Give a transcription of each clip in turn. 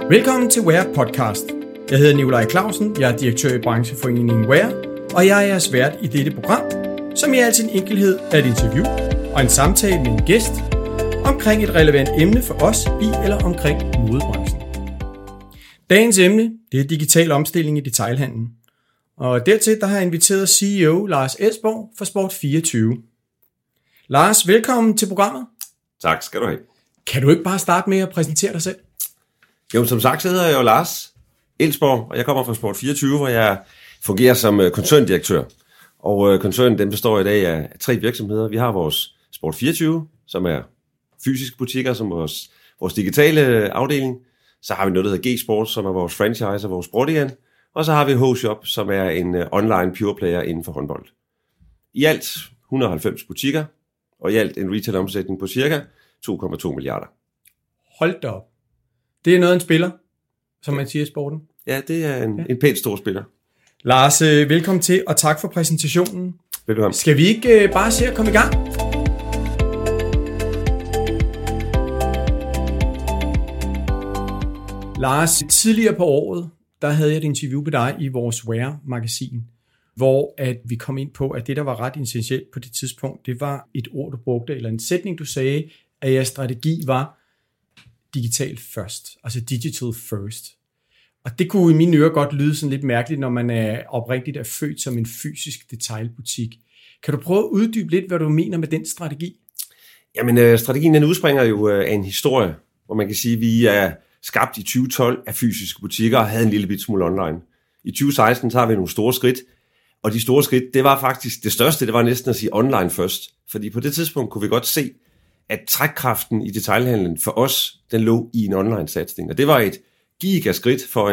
Velkommen til Wear Podcast. Jeg hedder Nikolaj Clausen, jeg er direktør i brancheforeningen Wear, og jeg er jeres vært i dette program, som i al sin enkelhed er et interview og en samtale med en gæst omkring et relevant emne for os i eller omkring modebranchen. Dagens emne, det er digital omstilling i detailhandlen. Og dertil der har jeg inviteret CEO Lars Elsborg fra Sport24. Lars, velkommen til programmet. Tak skal du have. Kan du ikke bare starte med at præsentere dig selv? Jo, som sagt så hedder jeg jo Lars Elsborg, og jeg kommer fra Sport24, hvor jeg fungerer som koncerndirektør. Og koncernen den består i dag af 3 virksomheder. Vi har vores Sport24, som er fysiske butikker, som vores digitale afdeling. Så har vi noget, der hedder G-Sport, som er vores franchise og vores Brodean. Og så har vi H-Shop, som er en online pure player inden for håndbold. I alt 190 butikker, og i alt en retail-omsætning på cirka 2,2 milliarder. Hold da op. Det er noget af en spiller, som man siger i sporten. Ja, det er en pænt stor spiller. Lars, velkommen til, og tak for præsentationen. Velkommen. Skal vi ikke bare se at komme i gang? Lars, tidligere på året, der havde jeg et interview med dig i vores Wear-magasin, hvor at vi kom ind på, at det, der var ret essentielt på det tidspunkt, det var et ord, du brugte, eller en sætning, du sagde, at jeres strategi var digital først, altså digital first. Og det kunne i mine ører godt lyde sådan lidt mærkeligt, når man er oprigtigt er født som en fysisk detailbutik. Kan du prøve at uddybe lidt, hvad du mener med den strategi? Jamen, strategien den udspringer jo af en historie, hvor man kan sige, at vi er skabt i 2012 af fysiske butikker og havde en lille bit smule online. I 2016 tager vi nogle store skridt, og de store skridt, det var faktisk det største, det var næsten at sige online først. Fordi på det tidspunkt kunne vi godt se, at trækkraften i detailhandlen for os, den lå i en online-satsning. Og det var et gigaskridt for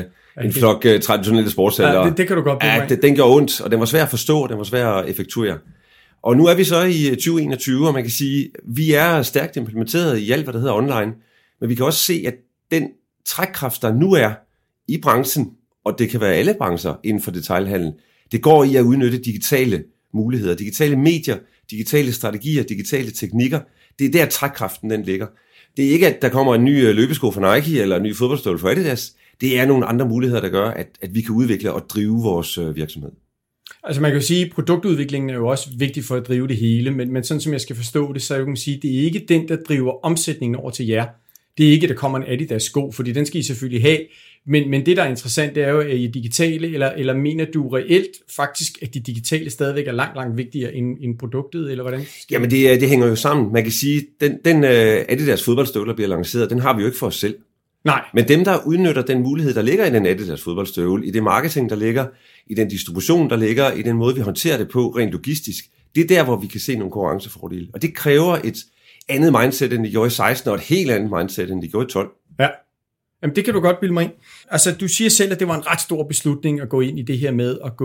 en flok traditionelle sportshandlere. Ja, det kan du godt bruge. Ja, den gjorde ondt, og den var svær at forstå, og den var svær at effektuere. Og nu er vi så i 2021, og man kan sige, at vi er stærkt implementeret i alt, hvad der hedder online. Men vi kan også se, at den trækkraft, der nu er i branchen, og det kan være alle brancher inden for detailhandlen, det går i at udnytte digitale muligheder, digitale medier, digitale strategier, digitale teknikker. Det er der trækkraften den ligger. Det er ikke, at der kommer en ny løbesko fra Nike eller en ny fodboldstøvle fra Adidas. Det er nogle andre muligheder, der gør, at vi kan udvikle og drive vores virksomhed. Altså man kan jo sige, at produktudviklingen er jo også vigtig for at drive det hele, men sådan som jeg skal forstå det, så kan man sige, at det er ikke den, der driver omsætningen over til jer. Det er ikke, at der kommer en Adidas sko, fordi den skal I selvfølgelig have. Men det, der er interessant, det er jo, at I er digitale, eller mener du reelt faktisk, at de digitale stadigvæk er langt vigtigere end produktet, eller hvordan? Jamen det hænger jo sammen. Man kan sige, den Adidas fodboldstøvler bliver lanceret, den har vi jo ikke for os selv. Nej. Men dem, der udnytter den mulighed, der ligger i den Adidas fodboldstøvle, i det marketing, der ligger, i den distribution, der ligger, i den måde, vi håndterer det på rent logistisk, det er der, hvor vi kan se nogle konkurrencefordele. Og det kræver et andet mindset, end de gjorde i 16, og et helt andet mindset, end de gjorde i 12. Ja. Jamen, det kan du godt bilde mig ind. Altså, du siger selv, at det var en ret stor beslutning at gå ind i det her med at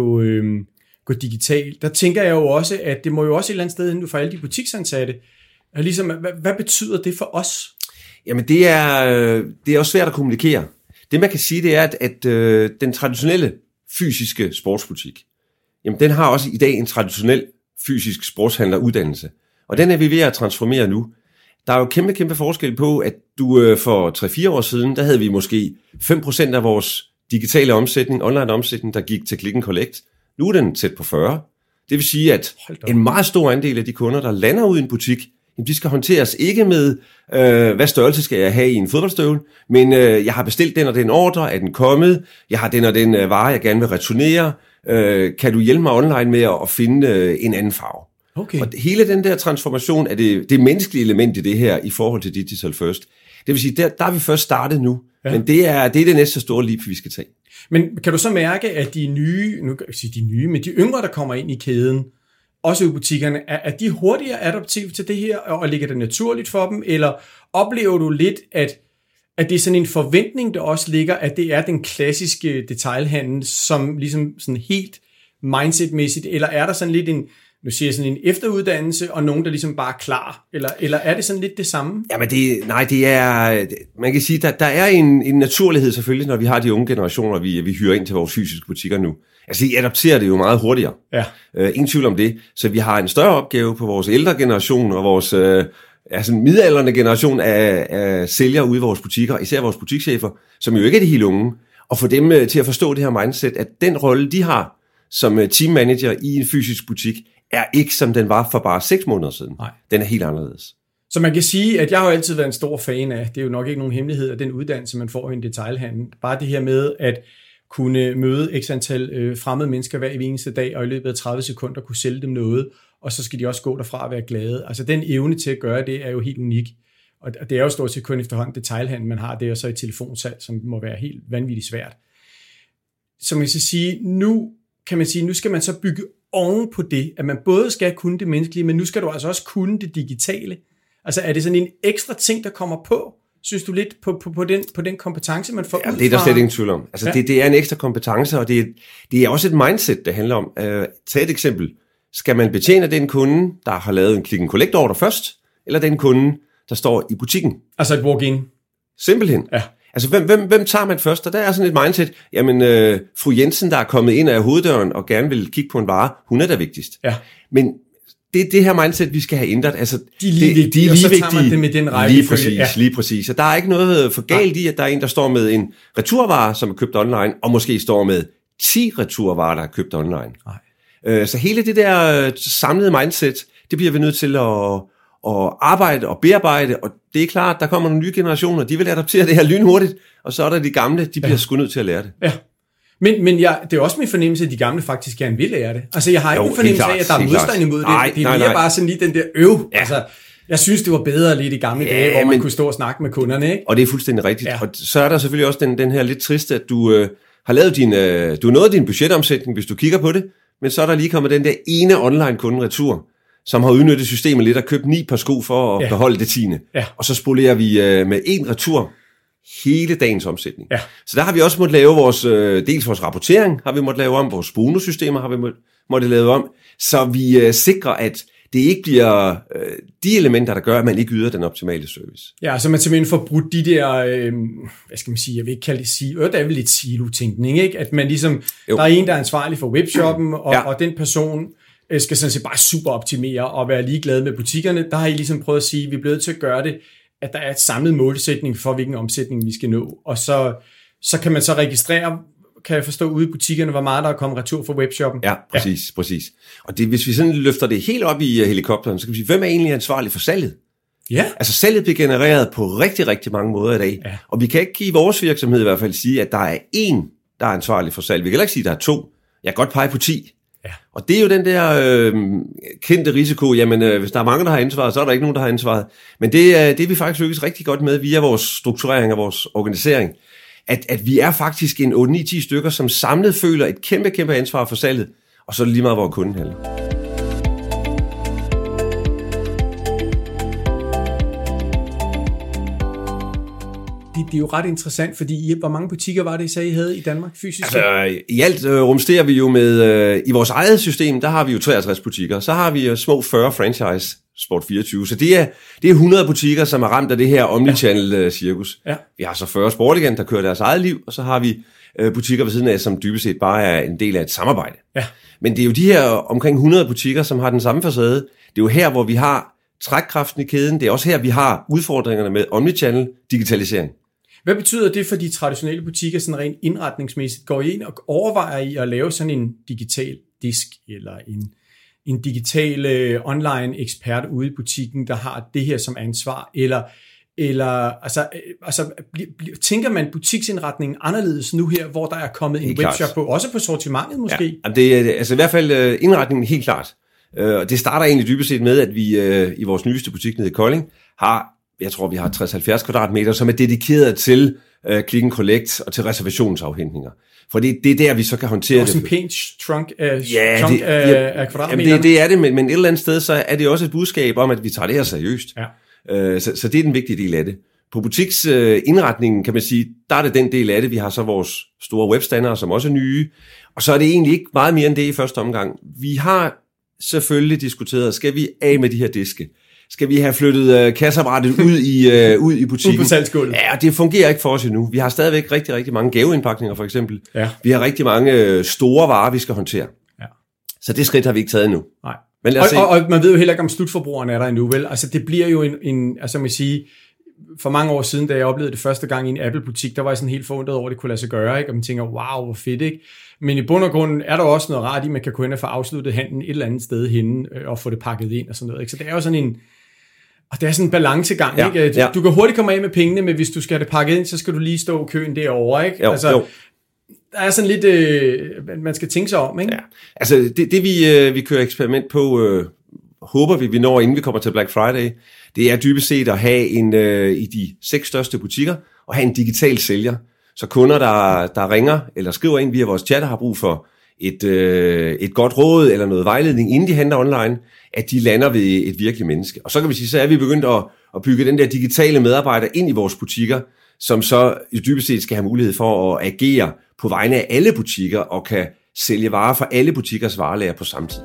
gå digitalt. Der tænker jeg jo også, at det må jo også et eller andet sted for alle de butiksansatte. Ligesom, hvad betyder det for os? Jamen, det er også svært at kommunikere. Det, man kan sige, det er, at den traditionelle fysiske sportsbutik, jamen, den har også i dag en traditionel fysisk sportshandleruddannelse. Og den er vi ved at transformere nu. Der er jo kæmpe forskel på, at du for 3-4 år siden, der havde vi måske 5% af vores digitale omsætning, online omsætning, der gik til Click & Collect. Nu er den tæt på 40. Det vil sige, at en meget stor andel af de kunder, der lander ud i en butik, de skal håndteres ikke med, hvad størrelse skal jeg have i en fodboldstøvle, men jeg har bestilt den og den ordre, er den kommet, jeg har den og den vare, jeg gerne vil returnere, kan du hjælpe mig online med at finde en anden farve? Okay. Og hele den der transformation er det menneskelige element i det her i forhold til digital first. Det vil sige, der er vi først startet nu, men det er det næste store leap, vi skal tage. Men kan du så mærke, at de nye, nu kan jeg sige de nye, men de yngre, der kommer ind i kæden, også i butikkerne, er de hurtigere adaptive til det her, og ligger det naturligt for dem, eller oplever du lidt, at det er sådan en forventning, der også ligger, at det er den klassiske detailhandel, som ligesom sådan helt mindsetmæssigt, eller er der sådan lidt nu siger jeg sådan en efteruddannelse, og nogen, der ligesom bare er klar? Eller er det sådan lidt det samme? Jamen det er, man kan sige, der er en naturlighed selvfølgelig, når vi har de unge generationer, vi hyrer ind til vores fysiske butikker nu. Altså, de adapterer det jo meget hurtigere. Ja. Ingen tvivl om det. Så vi har en større opgave på vores ældre generation og vores altså en midaldrende generation af sælgere ude i vores butikker, især vores butikschefer, som jo ikke er de helt unge, og få dem til at forstå det her mindset, at den rolle, de har som teammanager i en fysisk butik, er ikke som den var for bare 6 måneder siden. Nej. Den er helt anderledes. Så man kan sige, at jeg har jo altid været en stor fan af, det er jo nok ikke nogen hemmelighed af den uddannelse, man får i en detailhandel. Bare det her med at kunne møde x antal fremmede mennesker hver eneste dag, og i løbet af 30 sekunder kunne sælge dem noget, og så skal de også gå derfra og være glade. Altså den evne til at gøre det er jo helt unik. Og det er jo stort set kun efterhånden detailhandel, man har det, og så et telefonsalg, som må være helt vanvittigt svært. Så man skal sige, nu skal man så bygge oven på det, at man både skal kunne det menneskelige, men nu skal du altså også kunne det digitale. Altså er det sådan en ekstra ting, der kommer på, synes du lidt, på den kompetence, man får ud fra? Det er der slet ingen tvivl om. Altså det er en ekstra kompetence, og det er også et mindset, det handler om. Tag et eksempel. Skal man betjene den kunde, der har lavet en click and collect order først, eller den kunde, der står i butikken? Altså et walk-in. Simpelthen. Ja. Altså, hvem tager man først? Og der er sådan et mindset, jamen, fru Jensen, der er kommet ind af hoveddøren og gerne vil kigge på en vare, hun er der vigtigst. Ja. Men det her mindset, vi skal have ændret. Altså, de er lige vigtige, og så tager man det med den række. Lige præcis. Og der er ikke noget for galt i, at der er en, der står med en returvare, som er købt online, og måske står med 10 returvarer, der er købt online. Nej. Så hele det der samlede mindset, det bliver vi nødt til at arbejde og bearbejde, og det er klart, der kommer nogle nye generationer, de vil adaptere det her lynhurtigt, og så er der de gamle, de bliver sgu nødt til at lære det. Ja. Men det er også min fornemmelse, at de gamle faktisk gerne vil lære det. Altså jeg har ikke en fornemmelse af, at der er modstand imod det. Det er mere bare sådan lige den der Ja. Altså, jeg synes, det var bedre lige de gamle dage, hvor man kunne stå og snakke med kunderne, ikke? Og det er fuldstændig rigtigt. Ja. Og så er der selvfølgelig også den her lidt triste, at du har lavet du har nået din budgetomsætning, hvis du kigger på det, men så er der lige kommet den der ene online kunde retur, som har udnyttet systemet lidt og købt 9 par sko for at beholde det 10. Ja. Og så spolerer vi med en retur hele dagens omsætning. Ja. Så der har vi også måttet lave dels vores rapportering, har vi måttet lave om, vores bonussystemer har vi måttet lave om, så vi sikrer, at det ikke bliver de elementer, der gør, at man ikke yder den optimale service. Ja, så man simpelthen får brudt de der, hvad skal man sige, jeg vil ikke kalde det silo, der er vel lidt silo-tænkning, ikke? At man ligesom, der er en, der er ansvarlig for webshoppen, og den person skal sådan set bare super optimere og være ligeglad med butikkerne. Der har I ligesom prøvet at sige, at vi er blevet til at gøre det, at der er et samlet målsætning for, hvilken omsætning vi skal nå. Og så kan man så registrere, kan jeg forstå, ude i butikkerne, hvor meget der er kommet retur fra webshoppen. Ja, præcis. Og det, hvis vi sådan løfter det helt op i helikopteren, så kan vi sige, hvem er egentlig ansvarlig for salget? Ja. Altså salget bliver genereret på rigtig, rigtig mange måder i dag. Ja. Og vi kan ikke i vores virksomhed i hvert fald sige, at der er én, der er ansvarlig for salg. Vi kan heller ikke sige, at der er 2. Jeg kan godt pege på 10. Ja. Og det er jo den der kendte risiko, jamen hvis der er mange, der har ansvaret, så er der ikke nogen, der har ansvaret. Men det er vi faktisk lykkes rigtig godt med via vores strukturering og vores organisering, at vi er faktisk en 8-9-10 stykker, som samlet føler et kæmpe ansvar for salget, og så er det lige meget, hvor kunden handler. Det er jo ret interessant, fordi hvor mange butikker var det, I sagde, I havde i Danmark fysisk? Altså, i alt rumsterer vi jo med, i vores eget system, der har vi jo 63 butikker. Så har vi små 40 franchise Sport24. Så det er 100 butikker, som er ramt af det her omnichannel-cirkus. Ja. Vi har så 40 Sportigan, der kører deres eget liv, og så har vi butikker ved siden af, som dybest set bare er en del af et samarbejde. Ja. Men det er jo de her omkring 100 butikker, som har den samme facade. Det er jo her, hvor vi har trækkraften i kæden. Det er også her, vi har udfordringerne med omnichannel digitalisering. Hvad betyder det for de traditionelle butikker, sådan rent indretningsmæssigt? Går I ind og overvejer I at lave sådan en digital disk, eller en digital online ekspert ude i butikken, der har det her som ansvar? Eller tænker man butiksindretningen anderledes nu her, hvor der er kommet en webshop på, også på sortimentet måske? Ja, det er altså i hvert fald indretningen helt klart. Det starter egentlig dybest set med, at vi i vores nyeste butik nede i Kolding har, jeg tror, vi har 60-70 kvadratmeter, som er dedikeret til click and collect og til reservationsafhentninger. For det er der, vi så kan håntere det. Det er også en pænt trunk af kvadratmeter. Jamen det er det, men et eller andet sted, så er det også et budskab om, at vi tager det her seriøst. Ja. Så det er den vigtige del af det. På butiksindretningen, kan man sige, der er det den del af det. Vi har så vores store webstandere, som også er nye. Og så er det egentlig ikke meget mere end det i første omgang. Vi har selvfølgelig diskuteret, skal vi af med de her diske? Skal vi have flyttet kasseapparatet ud i butikken? Ud på salgsgulvet. Ja, det fungerer ikke for os endnu. Vi har stadigvæk rigtig, rigtig mange gaveindpakninger, for eksempel. Ja. Vi har rigtig mange store varer, vi skal håndtere. Ja. Så det skridt har vi ikke taget endnu. Nej. Men og man ved jo heller ikke, om slutforbrugeren er der endnu, vel? Altså det bliver jo altså man siger, for mange år siden, da jeg oplevede det første gang i en Apple-butik, der var jeg sådan helt forundret over, at det kunne lade sig gøre, ikke? Og man tænker, wow, hvor fedt, ikke? Men i bund og grund er der også noget rart i, man kan gå ind og få afsluttet handlen et eller andet sted henne, og få det pakket ind og sådan noget, ikke? Så det er jo sådan en, og det er sådan en balancegang, ikke? Ja. Du kan hurtigt komme af med pengene, men hvis du skal have det pakket ind, så skal du lige stå i køen derovre, ikke? Jo. Der er sådan lidt, man skal tænke sig om, ikke? Ja. Altså det vi kører eksperiment på, håber vi når, inden vi kommer til Black Friday, det er dybest set at have i de 6 største butikker, og have en digital sælger. Så kunder, der ringer eller skriver ind via vores chat, har brug for et godt råd eller noget vejledning, inden de handler online, at de lander ved et virkeligt menneske. Og så kan vi sige, så er vi begyndt at bygge den der digitale medarbejder ind i vores butikker, som så dybest set skal have mulighed for at agere på vegne af alle butikker, og kan sælge varer fra alle butikkers varelager på samme tid.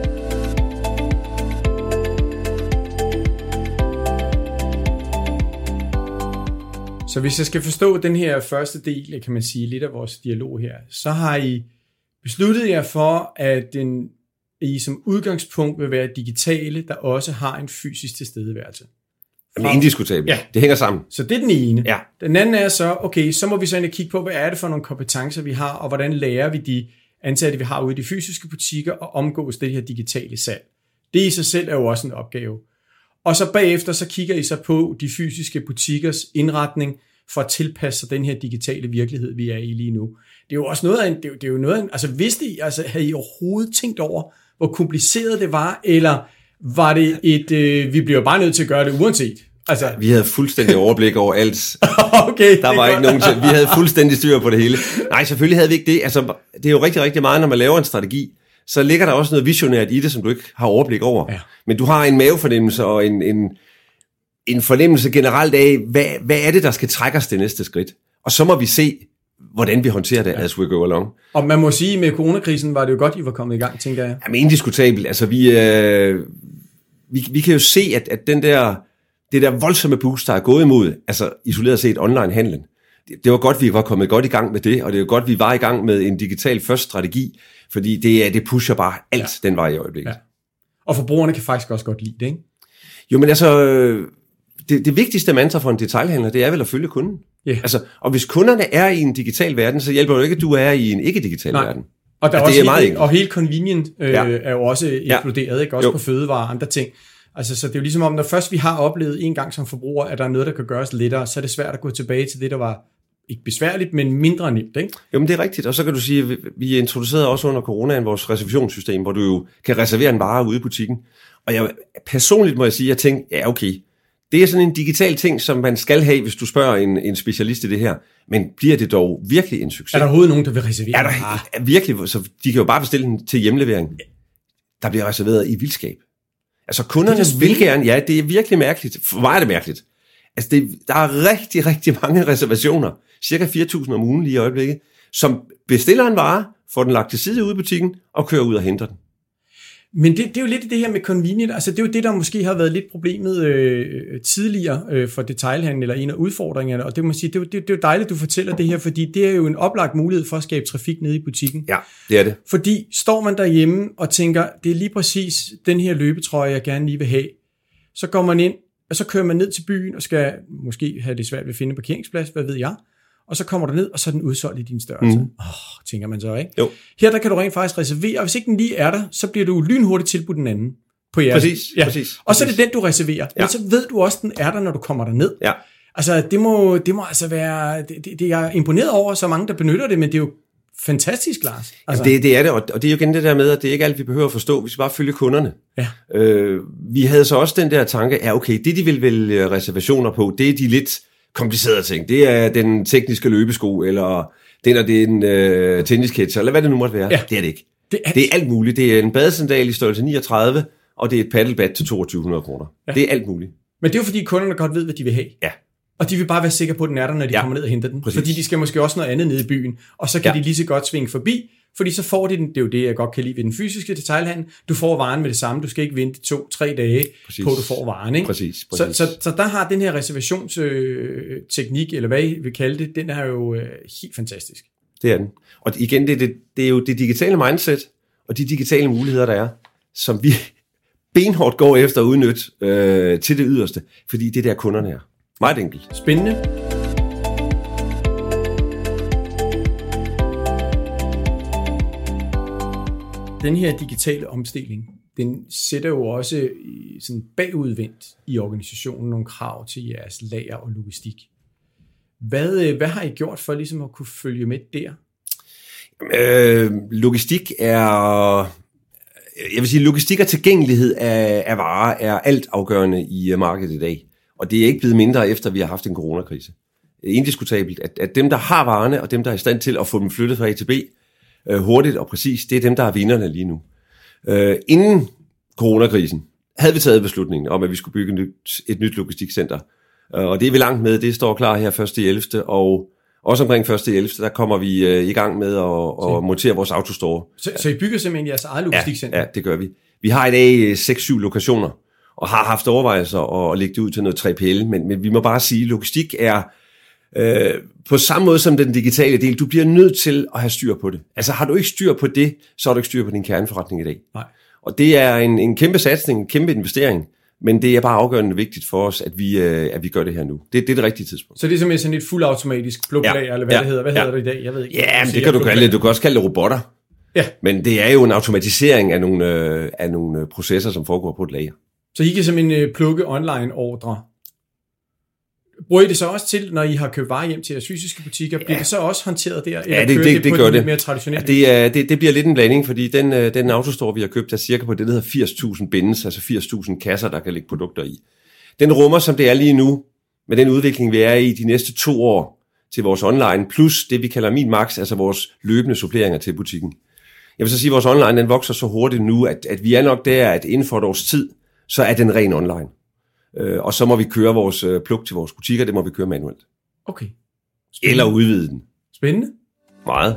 Så hvis jeg skal forstå den her første del, kan man sige, lidt af vores dialog her, så har I besluttet jer for, at I som udgangspunkt vil være digitale, der også har en fysisk tilstedeværelse. Men indiskutabelt. Ja. Det hænger sammen. Så det er den ene. Ja. Den anden er så, okay, så må vi så ind og kigge på, hvad er det for nogle kompetencer, vi har, og hvordan lærer vi de ansatte, vi har ude i de fysiske butikker, og omgås det her digitale salg. Det i sig selv er jo også en opgave. Og så bagefter, så kigger I så på de fysiske butikkers indretning, for at tilpasse sig den her digitale virkelighed, vi er i lige nu. Det er jo også noget af en, det er jo noget af en, altså vidste I, altså havde I overhovedet tænkt over, hvor kompliceret det var, eller var det vi bliver jo bare nødt til at gøre det uanset? Altså. Vi havde fuldstændig overblik over alt. Okay, der var ikke nogen til. Vi havde fuldstændig styr på det hele. Nej, selvfølgelig havde vi ikke det. Altså, det er jo rigtig, rigtig meget, når man laver en strategi, så ligger der også noget visionært i det, som du ikke har overblik over. Ja. Men du har en mavefornemmelse og en fornemmelse generelt af, hvad er det, der skal trække os det næste skridt. Og så må vi se, hvordan vi håndterer det, as we go along. Og man må sige, med coronakrisen var det jo godt, I var kommet i gang, tænker jeg. Jamen, indiskutabelt. Altså, vi kan jo se, at det der voldsomme boost, der er gået imod, altså isoleret set online-handlen, det var godt, vi var kommet godt i gang med det, og det er godt, vi var i gang med en digital først strategi, fordi det pusher bare alt den vej i øjeblikket. Ja. Og forbrugerne kan faktisk også godt lide det, ikke? Jo, men altså, det vigtigste mantra for en detailhandler, det er vel at følge kunden. Yeah. Altså, og hvis kunderne er i en digital verden, så hjælper det ikke, at du er i en ikke-digital verden. Og der er også og helt convenient er jo også eksploderet, ikke? Også på fødevarer og andre ting. Altså, så det er jo ligesom om, når først vi har oplevet en gang som forbruger, at der er noget, der kan gøres lettere, så er det svært at gå tilbage til det, der var ikke besværligt, men mindre nemt, ikke? Jo, men det er rigtigt. Og så kan du sige, at vi introducerede også under coronaen vores reservationssystem, hvor du jo kan reservere en vare ude i butikken. Og jeg personligt må jeg sige, at jeg tænkte, ja okay, det er sådan en digital ting, som man skal have, hvis du spørger en specialist i det her. Men bliver det dog virkelig en succes? Er der overhovedet nogen, der vil reservere? Er der virkelig? Så de kan jo bare bestille den til hjemlevering. Der bliver reserveret i vildskab. Altså kunderne vil gerne, ja, det er virkelig mærkeligt. For mig er det mærkeligt. Altså der er rigtig, rigtig mange reservationer. Cirka 4.000 om ugen lige i øjeblikket, som bestiller en vare, får den lagt til side ude i butikken, og kører ud og henter den. Men det er jo lidt det her med convenient, altså det er jo det, der måske har været lidt problemet tidligere for detailhandel, eller en af udfordringerne, og det må man sige, det er jo dejligt, du fortæller det her, fordi det er jo en oplagt mulighed for at skabe trafik nede i butikken. Ja, det er det. Fordi står man derhjemme og tænker, det er lige præcis den her løbetrøje, jeg gerne lige vil have, så går man ind, og så kører man ned til byen, og skal måske have det svært ved at finde en parkeringsplads, hvad ved jeg, og så kommer du ned, og så er den udsolgt i din størrelse. Tænker man så, ikke? Jo. Her der kan du rent faktisk reservere, og hvis ikke den lige er der, så bliver du lynhurtigt tilbudt den anden på jeres. Præcis. Og så er det den, du reserverer. Ja. Men så ved du også, den er der, når du kommer derned. Ja. Altså, det må altså være... Det er imponeret over så mange, der benytter det, men det er jo fantastisk, Lars. Altså. Jamen, det er det, og det er jo igen det der med, at det er ikke alt, vi behøver at forstå, hvis vi bare følger kunderne. Ja. Vi havde så også den der tanke, ja okay, det de vil vælge reservationer på, det er de lidt komplicerede ting. Det er den tekniske løbesko, eller den tennisketcher, eller hvad det nu måtte være. Ja. Det er det ikke. Det er alt muligt. Det er en badesandal i størrelse 39, og det er et paddlebat til 2.200 kroner. Ja. Det er alt muligt. Men det er jo fordi, kunderne godt ved, hvad de vil have. Ja. Og de vil bare være sikre på, at den er der, når de kommer ned og henter den. Præcis. Fordi de skal måske også noget andet nede i byen, og så kan de lige så godt svinge forbi, fordi så får de den, det er jo det, jeg godt kan lide ved den fysiske detailhandel, du får varen med det samme, du skal ikke vente 2-3 dage på, at du får varen, ikke? Præcis. Så der har den her reservationsteknik, eller hvad I vil kalde det, den er jo helt fantastisk. Det er den. Og igen, det er jo det digitale mindset, og de digitale muligheder, der er, som vi benhårdt går efter at udnytte til det yderste, fordi det der kunderne er. Meget enkelt. Spændende. Den her digitale omstilling, den sætter jo også sådan bagudvendt i organisationen nogle krav til jeres lager og logistik. Hvad har I gjort for ligesom at kunne følge med der? Logistik og tilgængelighed af varer er alt afgørende i markedet i dag. Og det er ikke blevet mindre efter vi har haft en coronakrise. Det er indiskutabelt, at dem der har varerne og dem der er i stand til at få dem flyttet fra A til B hurtigt og præcist, det er dem der er vinderne lige nu. Inden coronakrisen havde vi taget beslutningen om at vi skulle bygge et nyt logistikcenter. Og det er vi langt med, det står klar her 1.11. Og også omkring 1.11. der kommer vi i gang med at montere vores autostore. Så I bygger simpelthen jeres eget logistikcenter? Ja, det gør vi. Vi har i dag 6-7 lokationer, og har haft overvejelser at lægge det ud til noget 3PL, men vi må bare sige, at logistik er på samme måde som den digitale del. Du bliver nødt til at have styr på det. Altså har du ikke styr på det, så har du ikke styr på din kerneforretning i dag. Nej. Og det er en kæmpe satsning, en kæmpe investering, men det er bare afgørende vigtigt for os, at vi gør det her nu. Det er det rigtige tidspunkt. Så det er simpelthen sådan et fuldautomatisk pluklager, eller hvad det hedder? Hvad hedder det i dag? Jeg ved ikke. Ja, men det kan du kalde det. Du kan også kalde det robotter. Ja. Men det er jo en automatisering af nogle processer, som foregår på et lager. Så I kan simpelthen plukke online-ordre. Bruger I det så også til, når I har købt varer hjem til jeres fysiske butikker? Bliver det så også håndteret der? Eller det gør det. Mere traditionelt? Ja, det bliver lidt en blanding, fordi den autostore, vi har købt, er cirka på det, der hedder 80.000 bins, altså 80.000 kasser, der kan ligge produkter i. Den rummer, som det er lige nu, med den udvikling, vi er i de næste 2 år til vores online, plus det, vi kalder Min Max, altså vores løbende suppleringer til butikken. Jeg vil så sige, at vores online, den vokser så hurtigt nu, at vi er nok der, at inden for et års tid, så er den ren online. Og så må vi køre vores pluk til vores butikker, det må vi køre manuelt. Okay. Spændende. Eller udvide den. Spændende. Meget.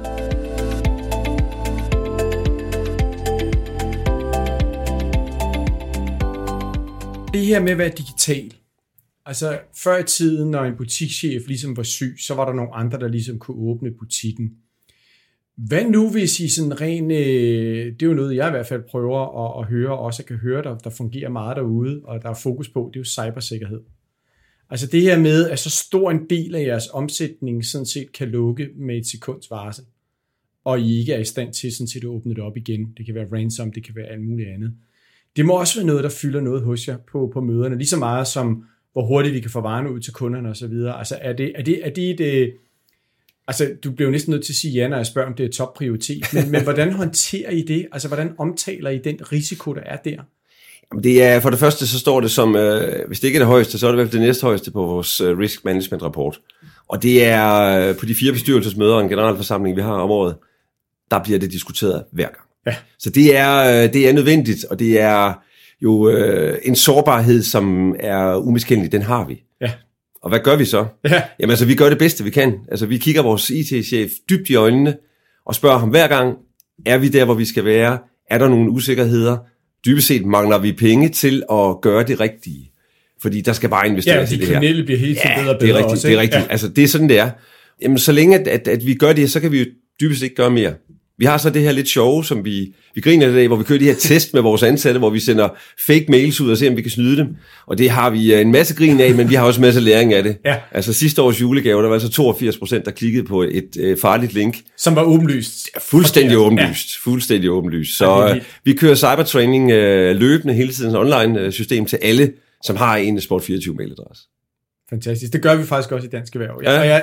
Det her med at være digital. Altså før i tiden, når en butikschef ligesom var syg, så var der nogle andre, der ligesom kunne åbne butikken. Hvad nu, hvis I sådan ren, det er jo noget, jeg i hvert fald prøver at høre, og også kan høre, der fungerer meget derude, og der er fokus på, det er jo cybersikkerhed. Altså det her med, at så stor en del af jeres omsætning sådan set kan lukke med et sekunds varsel, og I ikke er i stand til sådan set at åbne det op igen. Det kan være ransom, det kan være alt muligt andet. Det må også være noget, der fylder noget hos jer på møderne, lige så meget som, hvor hurtigt vi kan få varerne ud til kunderne osv. Altså er det et... Altså, du bliver jo næsten nødt til at sige ja, når jeg spørger, om det er topprioritet. Men hvordan håndterer I det? Altså, hvordan omtaler I den risiko, der er der? Jamen, det er, for det første, så står det som, hvis det ikke er det højeste, så er det i hvert fald det næsthøjeste på vores risk management rapport. Og det er på de 4 bestyrelsesmøder og en generalforsamling, vi har om året, der bliver det diskuteret hver gang. Ja. Så det er nødvendigt, og det er jo en sårbarhed, som er umiskendelig. Den har vi. Ja. Og hvad gør vi så? Ja. Jamen altså, vi gør det bedste, vi kan. Altså, vi kigger vores IT-chef dybt i øjnene og spørger ham hver gang, er vi der, hvor vi skal være? Er der nogle usikkerheder? Dybest set mangler vi penge til at gøre det rigtige. Fordi der skal bare investeres i det her. Ja, de kriminelle bliver hele tiden bedre og bedre. Det er rigtigt, også, det er rigtigt. Ja. Altså, det er sådan, det er. Jamen, så længe at vi gør det, så kan vi jo dybest ikke gøre mere. Vi har så det her lidt sjove, som vi griner lidt af, hvor vi kører de her test med vores ansatte, hvor vi sender fake mails ud og ser, om vi kan snyde dem. Og det har vi en masse grin af, men vi har også en masse læring af det. Ja. Altså sidste års julegave, der var altså 82%, der klikkede på et farligt link. Som var åbenlyst. Ja, fuldstændig åbenlyst. Ja. Fuldstændig åbenlyst. Så vi kører cybertraining løbende hele tiden online system til alle, som har en Sport24 mailadresse. Fantastisk. Det gør vi faktisk også i Dansk Erhverv.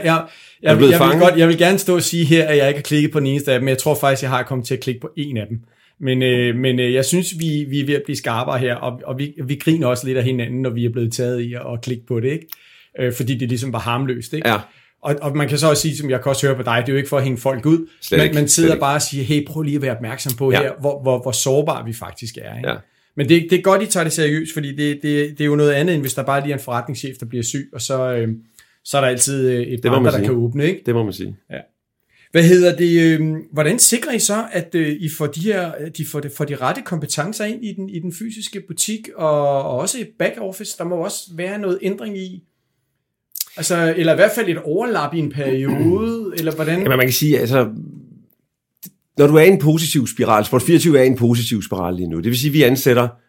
Jeg vil gerne stå og sige her, at jeg ikke har klikket på den eneste af dem, men jeg tror faktisk, jeg har kommet til at klikke på en af dem. Men jeg synes, vi er ved at blive skarpere her, og vi griner også lidt af hinanden, når vi er blevet taget i at klikke på det, ikke? Fordi det ligesom var harmløst, ikke? Ja. Og man kan så også sige, som jeg kan også høre på dig, det er jo ikke for at hænge folk ud, man sidder bare og siger, hey, prøv lige at være opmærksom på her, hvor sårbare vi faktisk er, ikke? Ja. Men det er godt, I tager det seriøst, fordi det er jo noget andet, end hvis der bare lige er en forretningschef, der bliver syg, og så er der altid et par andre, der kan åbne, ikke? Det må man sige. Ja. Hvad hedder det? Hvordan sikrer I så, at I får de rette kompetencer ind i den fysiske butik, og også i back office? Der må også være noget ændring i, altså, eller i hvert fald et overlap i en periode, eller hvordan? Jamen, man kan sige, altså, når du er i en positiv spiral, Sport24 er i en positiv spiral lige nu, det vil sige, at vi ansætter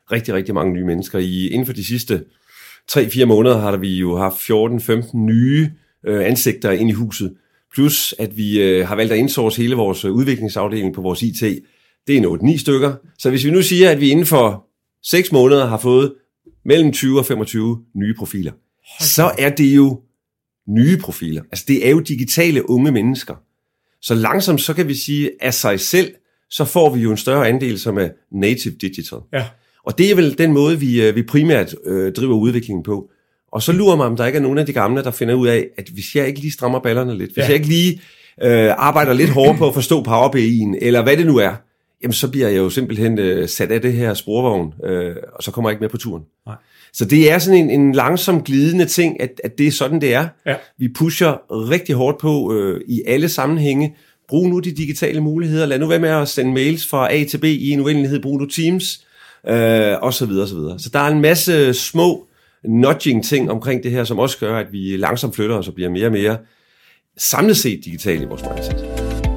rigtig, rigtig mange nye mennesker. Inden for de sidste 3-4 måneder har vi jo haft 14-15 nye ansigter ind i huset. Plus at vi har valgt at insource hele vores udviklingsafdeling på vores IT. Det er 8-9 stykker. Så hvis vi nu siger, at vi inden for 6 måneder har fået mellem 20 og 25 nye profiler, så er det jo nye profiler. Altså det er jo digitale unge mennesker. Så langsomt så kan vi sige, af sig selv, så får vi jo en større andel, som er native digital. Ja. Og det er vel den måde, vi primært driver udviklingen på. Og så lurer mig, om der ikke er nogen af de gamle, der finder ud af, at hvis jeg ikke lige strammer ballerne lidt, hvis jeg ikke lige arbejder lidt hårdere på at forstå Power BI'en, eller hvad det nu er, jamen så bliver jeg jo simpelthen sat af det her sporvogn, og så kommer jeg ikke med på turen. Nej. Så det er sådan en langsom glidende ting, at det er sådan, det er. Ja. Vi pusher rigtig hårdt på i alle sammenhænge. Brug nu de digitale muligheder. Lad nu være med at sende mails fra A til B i en uendelighed. Brug nu Teams, og så videre, så videre. Så der er en masse små nudging-ting omkring det her, som også gør, at vi langsomt flytter os og bliver mere og mere samlet set digitale i vores mindset.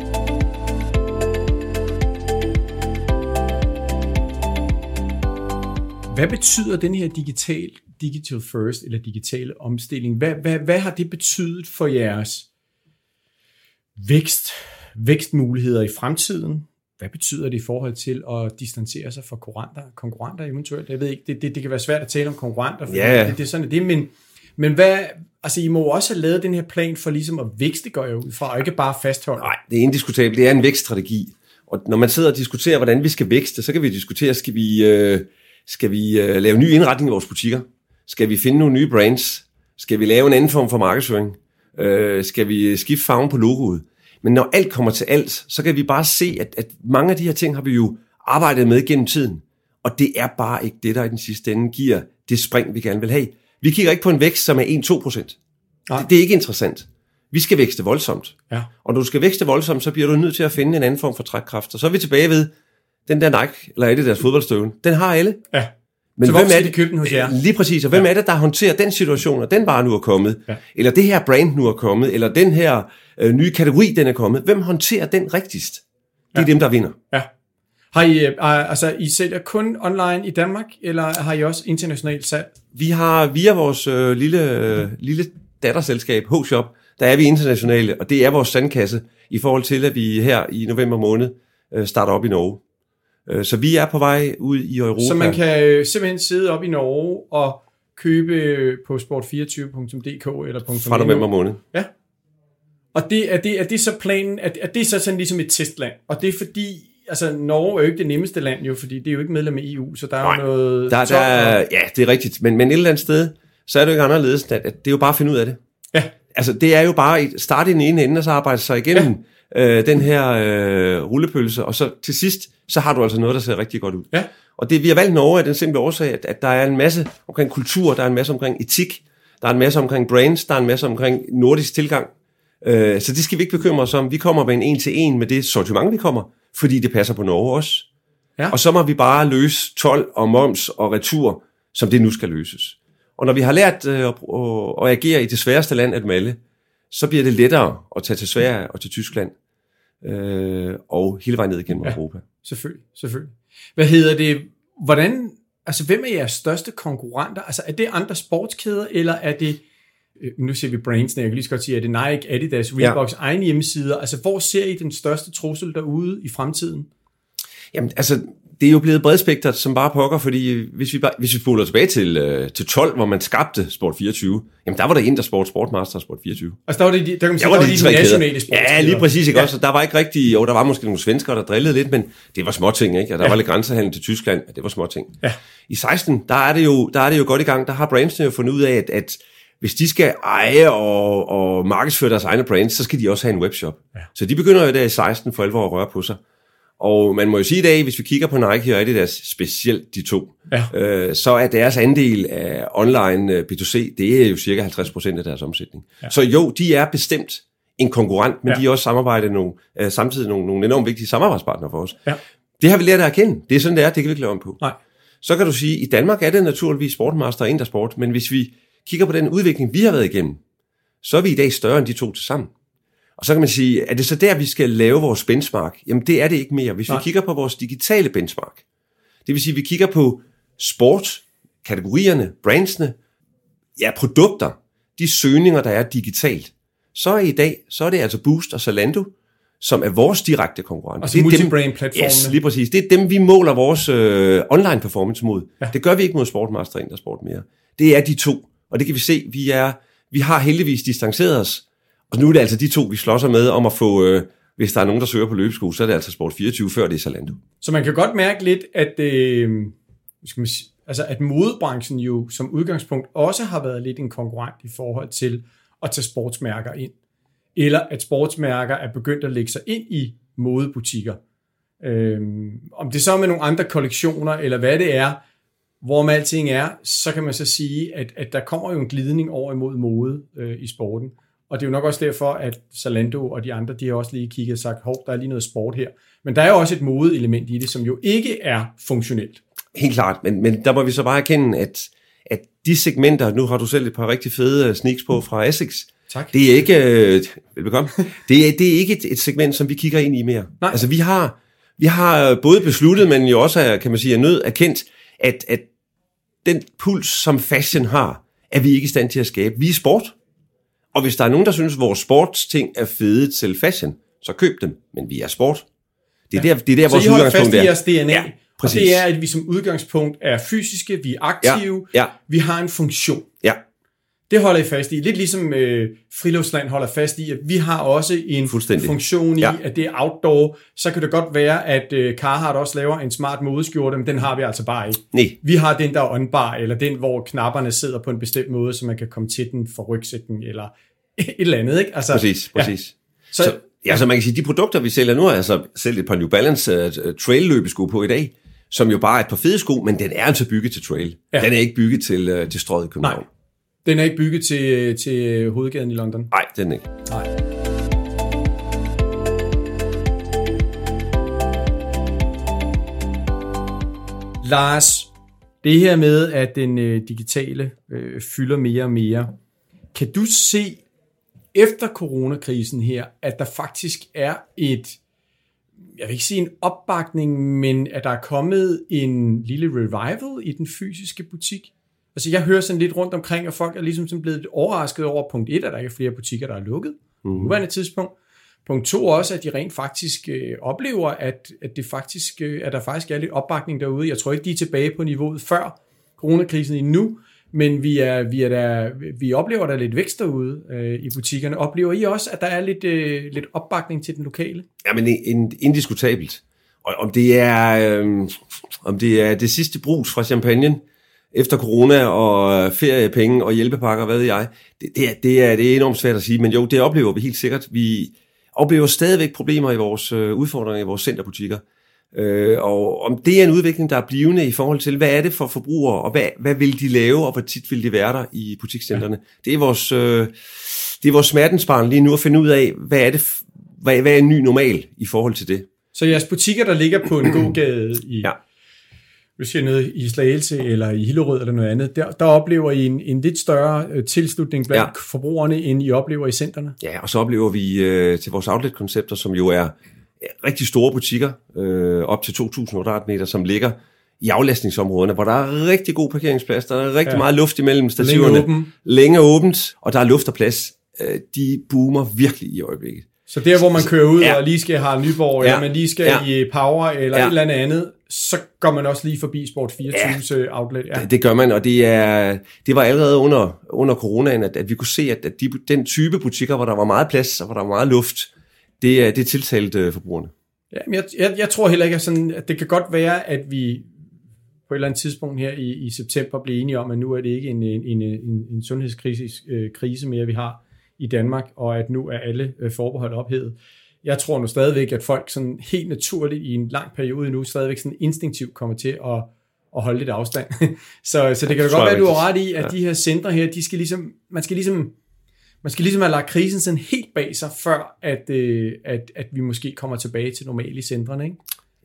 Hvad betyder den her digital first, eller digitale omstilling? Hvad har det betydet for jeres vækstmuligheder i fremtiden? Hvad betyder det i forhold til at distancere sig fra konkurrenter eventuelt? Jeg ved ikke, det kan være svært at tale om konkurrenter, for det er sådan det, men hvad, altså I må også have lavet den her plan for ligesom at vækste, går jeg ud fra, og ikke bare fastholde. Nej, det er indiskutabelt. Det er en vækststrategi. Og når man sidder og diskuterer, hvordan vi skal vækste, så kan vi diskutere, skal vi lave ny indretning i vores butikker? Skal vi finde nogle nye brands? Skal vi lave en anden form for markedsføring? Skal vi skifte farven på logoet? Men når alt kommer til alt, så kan vi bare se, at mange af de her ting har vi jo arbejdet med gennem tiden. Og det er bare ikke det, der i den sidste ende giver det spring, vi gerne vil have. Vi kigger ikke på en vækst, som er 1-2%. Det er ikke interessant. Vi skal vækste voldsomt. Ja. Og når du skal vækste voldsomt, så bliver du nødt til at finde en anden form for trækkraft. Og så er vi tilbage ved, den der Nike, eller Adidas fodboldstøvle, den har alle. Ja. Men så hvem er det, købt den hos jer? Lige præcis, og hvem er det, der håndterer den situation, og den vare nu er kommet, eller det her brand nu er kommet, eller den her nye kategori, den er kommet. Hvem håndterer den rigtigst? Det er dem, der vinder. Ja. Har I, I sælger kun online i Danmark, eller har I også internationalt salg? Vi har via vores lille datterselskab, H-Shop, der er vi internationale, og det er vores sandkasse, i forhold til, at vi her i november måned starter op i Norge. Så vi er på vej ud i Europa. Så man kan simpelthen sidde op i Norge og købe på sport24.dk eller fra november måned. Ja. Og er det så planen, at det er så sådan ligesom et testland? Og det er fordi, altså Norge er jo ikke det nemmeste land jo, fordi det er jo ikke medlem af EU, så der er jo noget... Ja, det er rigtigt, men et eller andet sted, så er det jo ikke anderledes, at det er jo bare at finde ud af det. Ja. Altså det er jo bare at starte i den ene ende, og så arbejde sig igennem den her rullepølse, og så til sidst, så har du altså noget, der ser rigtig godt ud. Ja. Og det vi har valgt Norge er den simple årsag, at der er en masse omkring kultur, der er en masse omkring etik, der er en masse omkring brands, der er en masse omkring nordisk tilgang. Så det skal vi ikke bekymre os om. Vi kommer med en 1-til-1 med det sortiment, vi kommer, fordi det passer på Norge også. Ja. Og så må vi bare løse told og moms og retur, som det nu skal løses. Og når vi har lært at agere i det sværeste land af dem alle, så bliver det lettere at tage til Sverige og til Tyskland, og hele vejen ned igennem Europa. Selvfølgelig. Hvad hedder det? Hvordan, altså hvem er jeres største konkurrenter? Altså er det andre sportskæder, eller er det, nu ser vi brandsene, jeg kan lige så godt sige, er det Nike, Adidas, Reeboks egen hjemmesider? Altså hvor ser I den største trussel derude i fremtiden? Jamen altså, det er jo blevet bredspektret som bare pokker, fordi hvis vi spoler tilbage til 12, hvor man skabte Sport24, jamen der var der Intersport, Sportmaster og Sport24. Altså der var det, der kan man sige, der var de nationale sportskæder. Ja, lige præcis, ikke også? Der var ikke rigtig, der var måske nogle svenskere, der drillede lidt, men det var småting, ikke? Og der var lidt grænsehandel til Tyskland, det var småting. Ja. I 16, der er det jo godt i gang, der har brandsene jo fundet ud af, at hvis de skal eje og markedsføre deres egne brands, så skal de også have en webshop. Ja. Så de begynder jo der i 16 for alvor at røre på sig. Og man må jo sige i dag, hvis vi kigger på Nike og Adidas, specielt de to, så er deres andel af online B2C, det er jo cirka 50% af deres omsætning. Ja. Så jo, de er bestemt en konkurrent, men de er også samtidig nogle enormt vigtige samarbejdspartnere for os. Ja. Det har vi lært at erkende. Det er sådan, det er. Det kan vi ikke lave om på. Nej. Så kan du sige, at i Danmark er det naturligvis Sportmaster og Intersport, men hvis vi kigger på den udvikling, vi har været igennem, så er vi i dag større end de to til sammen. Og så kan man sige, er det så der, vi skal lave vores benchmark? Jamen det er det ikke mere. Hvis vi kigger på vores digitale benchmark, det vil sige, at vi kigger på sport, kategorierne, brandsene, produkter, de søgninger, der er digitalt, så er det altså Boozt og Zalando, som er vores direkte konkurrenter. Altså multibrand-platformene. Yes, lige præcis. Det er dem, vi måler vores online performance mod. Ja. Det gør vi ikke mod Sportmaster Intersport mere. Det er de to, og det kan vi se. Vi har heldigvis distanceret os, og nu er det altså de to, vi slås med om at få, hvis der er nogen, der søger på løbesko, så er det altså Sport24, før det er Zalando. Så man kan godt mærke lidt, at modebranchen jo som udgangspunkt også har været lidt en konkurrent i forhold til at tage sportsmærker ind. Eller at sportsmærker er begyndt at lægge sig ind i modebutikker. Om det så er med nogle andre kollektioner, eller hvad det er, hvorom alting er, så kan man så sige, at der kommer jo en glidning over imod mode i sporten. Og det er jo nok også derfor, at Zalando og de andre, de har også lige kigget og sagt, der er lige noget sport her. Men der er jo også et modeelement i det, som jo ikke er funktionelt. Helt klart, men der må vi så bare erkende, at de segmenter, nu har du selv et par rigtig fede sneaks på fra Asics. Tak. Det er ikke, velbekomme. Det er ikke et segment, som vi kigger ind i mere. Nej. Altså vi har både besluttet, men jo også, kan man sige, af nød erkendt, at den puls, som fashion har, er vi ikke i stand til at skabe. Vi er sport. Og hvis der er nogen, der synes, at vores sportsting er fede til fashion, så køb dem. Men vi er sport. Det er der vores udgangspunkt er. Så I holder fast i jeres DNA. Ja, og det er, at vi som udgangspunkt er fysiske, vi er aktive, vi har en funktion. Ja. Det holder I fast i. Lidt ligesom Friluftsland holder fast i, at vi har også en funktion i, at det er outdoor. Så kan det godt være, at Carhartt også laver en smart modeskjorte, men den har vi altså bare ikke. Nej. Vi har den, der er on-bar, eller den, hvor knapperne sidder på en bestemt måde, så man kan komme til den for rygsækken, eller et eller andet. Ikke? Altså, præcis. Så man kan sige, de produkter, vi sælger nu, er altså selv et par New Balance trail-løbesko på i dag, som jo bare er et par fede sko, men den er altså bygget til trail. Ja. Den er ikke bygget til strøget i København. Nej. Den er ikke bygget til hovedgaden i London? Nej, den er ikke. Nej. Lars, det her med, at den digitale fylder mere og mere, kan du se efter coronakrisen her, at der faktisk er jeg vil ikke sige en opbakning, men at der er kommet en lille revival i den fysiske butik? Altså jeg hører sådan lidt rundt omkring, og folk er ligesom blevet lidt overrasket over punkt 1, at der ikke er flere butikker, der er lukket på nuværende tidspunkt. Punkt 2 også, at de rent faktisk oplever, at det faktisk, at der faktisk er lidt opbakning derude. Jeg tror ikke, de er tilbage på niveauet før coronakrisen endnu, men vi oplever der lidt vækst derude i butikkerne. Oplever I også, at der er lidt opbakning til den lokale? Jamen indiskutabelt. Og om det er det sidste brus fra champagnen, efter corona og feriepenge og hjælpepakker, hvad ved jeg, det er enormt svært at sige, men jo, det oplever vi helt sikkert. Vi oplever stadigvæk problemer i vores udfordringer i vores centerbutikker. Og om det er en udvikling, der er blivende i forhold til, hvad er det for forbrugere, og hvad vil de lave, og hvor tit vil de være der i butikscentrene. Ja. Det er vores smertensbarn lige nu at finde ud af, hvad er en ny normal i forhold til det. Så jeres butikker, der ligger på en gågade hvis jeg er nede i Slagelse eller i Hillerød eller noget andet, der oplever I en lidt større tilslutning blandt forbrugerne, end I oplever i centrene? Ja, og så oplever vi til vores outlet-koncepter, som jo er rigtig store butikker, op til 2.000 kvadratmeter, som ligger i aflastningsområderne, hvor der er rigtig god parkeringsplads, der er rigtig meget luft imellem stativerne, længe åbent, og der er luft og plads. De boomer virkelig i øjeblikket. Så der, hvor man kører ud og lige skal have Nyborg, eller man lige skal i Power, eller et eller andet, så går man også lige forbi Sport24's outlet. Ja. Det gør man, og det var allerede under coronaen, at vi kunne se, at den type butikker, hvor der var meget plads, og hvor der var meget luft, det tiltalte forbrugerne. Ja, men jeg tror heller ikke, at det kan godt være, at vi på et eller andet tidspunkt her i september bliver enige om, at nu er det ikke en sundhedskrise mere, vi har i Danmark, og at nu er alle forbehold ophævet. Jeg tror nu stadigvæk, at folk sådan helt naturligt i en lang periode nu stadigvæk sådan instinktivt kommer til at holde lidt afstand. så det kan da godt være, at du har ret i, at de her centre her, man skal ligesom have lagt krisen sådan helt bag sig, før at vi måske kommer tilbage til normale i centrene, ikke?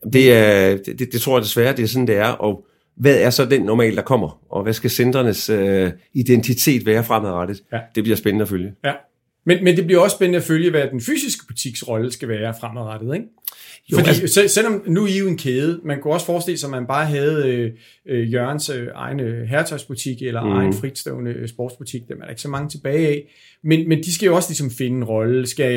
Det tror jeg desværre, det er sådan, det er, og hvad er så den normal, der kommer? Og hvad skal centrenes identitet være fremadrettet? Ja. Det bliver spændende at følge. Ja. Men det bliver også spændende at følge, hvad den fysiske butiks rolle skal være fremadrettet, ikke? Jo, fordi selvom nu er I jo en kæde, man kunne også forestille sig, at man bare havde Jørgens egen herretøjsbutik eller egen fritstående sportsbutik, dem er der ikke så mange tilbage af. Men de skal jo også ligesom finde en rolle. Skal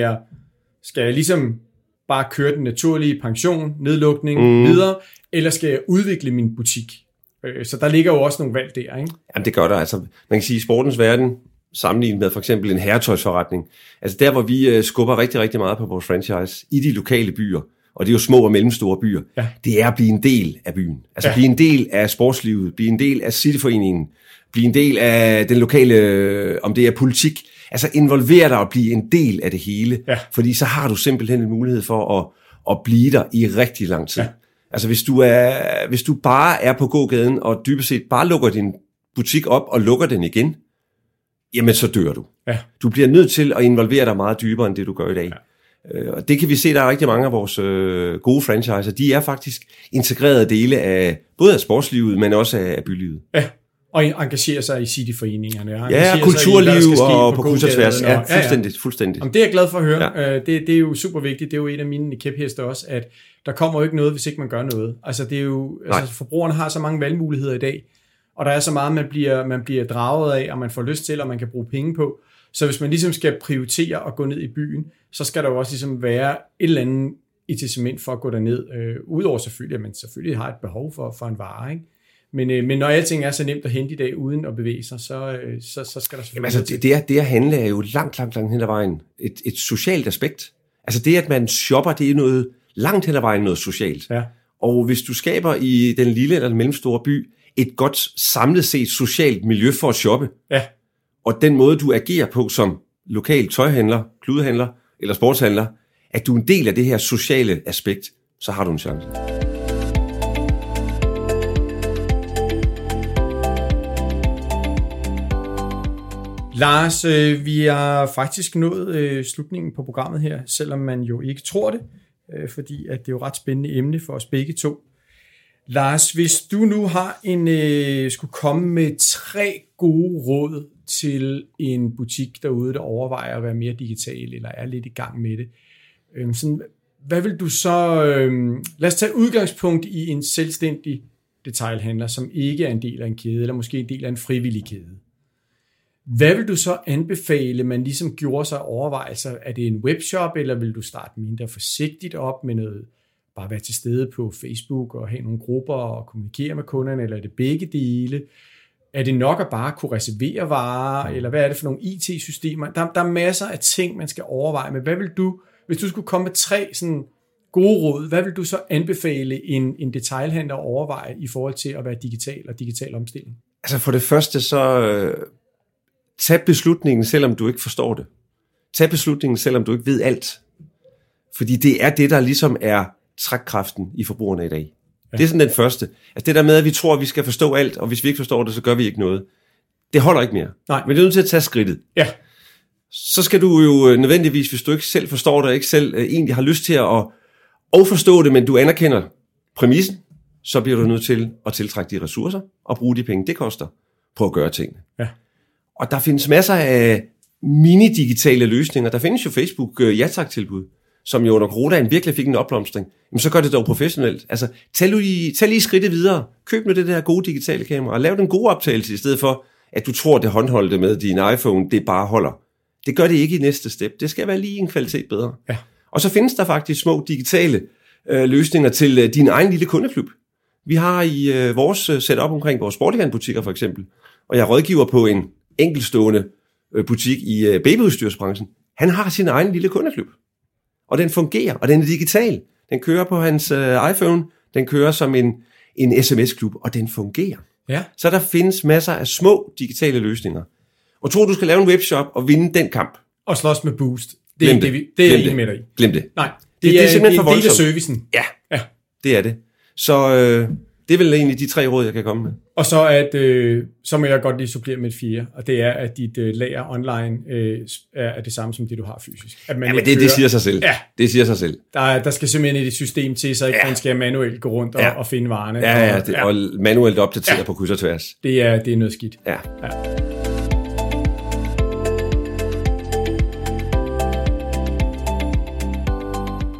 jeg ligesom bare køre den naturlige pension, nedlukning videre, eller skal jeg udvikle min butik? Så der ligger jo også nogle valg der, ikke? Jamen det gør der. Altså, man kan sige, i sportens verden, sammenlignet med for eksempel en herretøjsforretning, altså der, hvor vi skubber rigtig, rigtig meget på vores franchise, i de lokale byer, og det er jo små og mellemstore byer, det er at blive en del af byen. Altså blive en del af sportslivet, blive en del af cityforeningen, blive en del af den lokale, om det er politik, altså involvere dig og blive en del af det hele, fordi så har du simpelthen en mulighed for at blive der i rigtig lang tid. Ja. Altså hvis du bare er på gågaden og dybest set bare lukker din butik op og lukker den igen, jamen så dør du. Ja. Du bliver nødt til at involvere dig meget dybere end det du gør i dag. Ja. Og det kan vi se, der er rigtig mange af vores gode franchiser, de er faktisk integrerede dele af både af sportslivet, men også af bylivet. Ja. Og engagerer sig i cityforeningerne. Ja, kulturliv og på kryds og tværs. Ja, fuldstændig. Jamen, det er jeg glad for at høre. Ja. Det er jo super vigtigt. Det er jo en af mine kæpheste også, at der kommer jo ikke noget, hvis ikke man gør noget. Altså, det er jo, forbrugerne har så mange valgmuligheder i dag, og der er så meget, man bliver draget af, og man får lyst til, og man kan bruge penge på. Så hvis man ligesom skal prioritere at gå ned i byen, så skal der jo også ligesom være et eller andet incitament for at gå derned. Udover selvfølgelig, at man selvfølgelig har et behov for en vare, ikke? Men når alting er så nemt at hente i dag, uden at bevæge sig, så skal der selvfølgelig... Jamen, altså, det at handle er jo langt hen ad vejen et socialt aspekt. Altså det, at man shopper, det er noget langt hen ad vejen noget socialt. Ja. Og hvis du skaber i den lille eller den mellemstore by et godt samlet set socialt miljø for at shoppe, og den måde, du agerer på som lokal tøjhandler, kludehandler eller sportshandler, at du er en del af det her sociale aspekt, så har du en chance. Lars, vi har faktisk nået slutningen på programmet her, selvom man jo ikke tror det, fordi at det er jo et ret spændende emne for os begge to. Lars, hvis du nu har skulle komme med 3 gode råd til en butik derude, der overvejer at være mere digital, eller er lidt i gang med det, hvad vil du så... lad os tage udgangspunkt i en selvstændig detailhandler, som ikke er en del af en kæde, eller måske en del af en frivillig kæde. Hvad vil du så anbefale, man ligesom gjorde sig overvejelser? Er det en webshop, eller vil du starte mindre forsigtigt op med noget, bare være til stede på Facebook og have nogle grupper og kommunikere med kunderne, eller er det begge dele? Er det nok at bare kunne reservere varer, eller hvad er det for nogle IT-systemer? Der er masser af ting, man skal overveje, men hvad vil du, hvis du skulle komme med 3 sådan gode råd, hvad vil du så anbefale en detailhandler at overveje i forhold til at være digital og digital omstilling? Altså for det første så... Tag beslutningen, selvom du ikke forstår det. Tag beslutningen, selvom du ikke ved alt. Fordi det er det, der ligesom er trækkraften i forbrugerne i dag. Ja. Det er sådan den første. Altså det der med, at vi tror, at vi skal forstå alt, og hvis vi ikke forstår det, så gør vi ikke noget. Det holder ikke mere. Nej. Men det er nødt til at tage skridtet. Ja. Så skal du jo nødvendigvis, hvis du ikke selv forstår det, og ikke selv egentlig har lyst til at forstå det, men du anerkender præmissen, så bliver du nødt til at tiltrække de ressourcer og bruge de penge, det koster, på at gøre tingene. Ja. Og der findes masser af mini-digitale løsninger. Der findes jo Facebook ja-tak-tilbud, som jo under coronaen virkelig fik en opblomstring. Men så gør det dog professionelt. Altså, tag lige skridtet videre. Køb nu det der gode digitale kamera, og lav den gode optagelse, i stedet for, at du tror, det håndholdte med din iPhone, det bare holder. Det gør det ikke i næste step. Det skal være lige en kvalitet bedre. Ja. Og så findes der faktisk små digitale løsninger til din egen lille kundeklub. Vi har i vores setup omkring vores sportigandbutikker for eksempel, og jeg rådgiver på en enkeltstående butik i babyudstyrsbranchen. Han har sin egen lille kundeklub. Og den fungerer, og den er digital. Den kører på hans iPhone, den kører som en sms-klub, og den fungerer. Ja. Så der findes masser af små digitale løsninger. Og tror du skal lave en webshop og vinde den kamp. Og slås med Boost. Det er ikke med dig i. Glem det. Nej, det er simpelthen for voldsomt. Det er servicen. Ja, det er det. Så det er vel egentlig de 3 råd, jeg kan komme med. Og så så må jeg godt lige supplere med et 4, og det er, at dit lager online er det samme som det, du har fysisk. At man det siger sig selv. Ja. Det siger sig selv. Der skal simpelthen et system til, så ikke man skal manuelt gå rundt og finde varerne. Og manuelt opdatere på kryds og tværs. Det er noget skidt. Ja.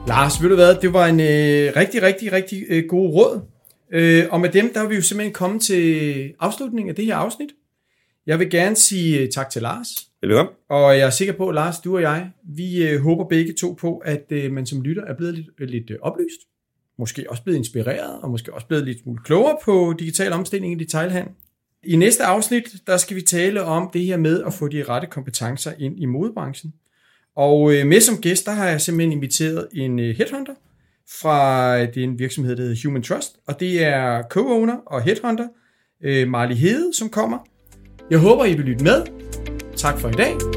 Lars, ved du hvad, det var en rigtig god råd. Og med dem, der er vi jo simpelthen kommet til afslutningen af det her afsnit. Jeg vil gerne sige tak til Lars. Velkommen. Og jeg er sikker på, Lars, du og jeg, vi håber begge to på, at man som lytter er blevet lidt oplyst. Måske også blevet inspireret, og måske også blevet lidt smule klogere på digital omstilling i detailhandel. I næste afsnit, der skal vi tale om det her med at få de rette kompetencer ind i modebranchen. Og med som gæst, der har jeg simpelthen inviteret en headhunter fra den virksomhed, der hedder Human Trust. Og det er co-owner og headhunter Marley Hede, som kommer. Jeg håber, I vil lytte med. Tak for i dag.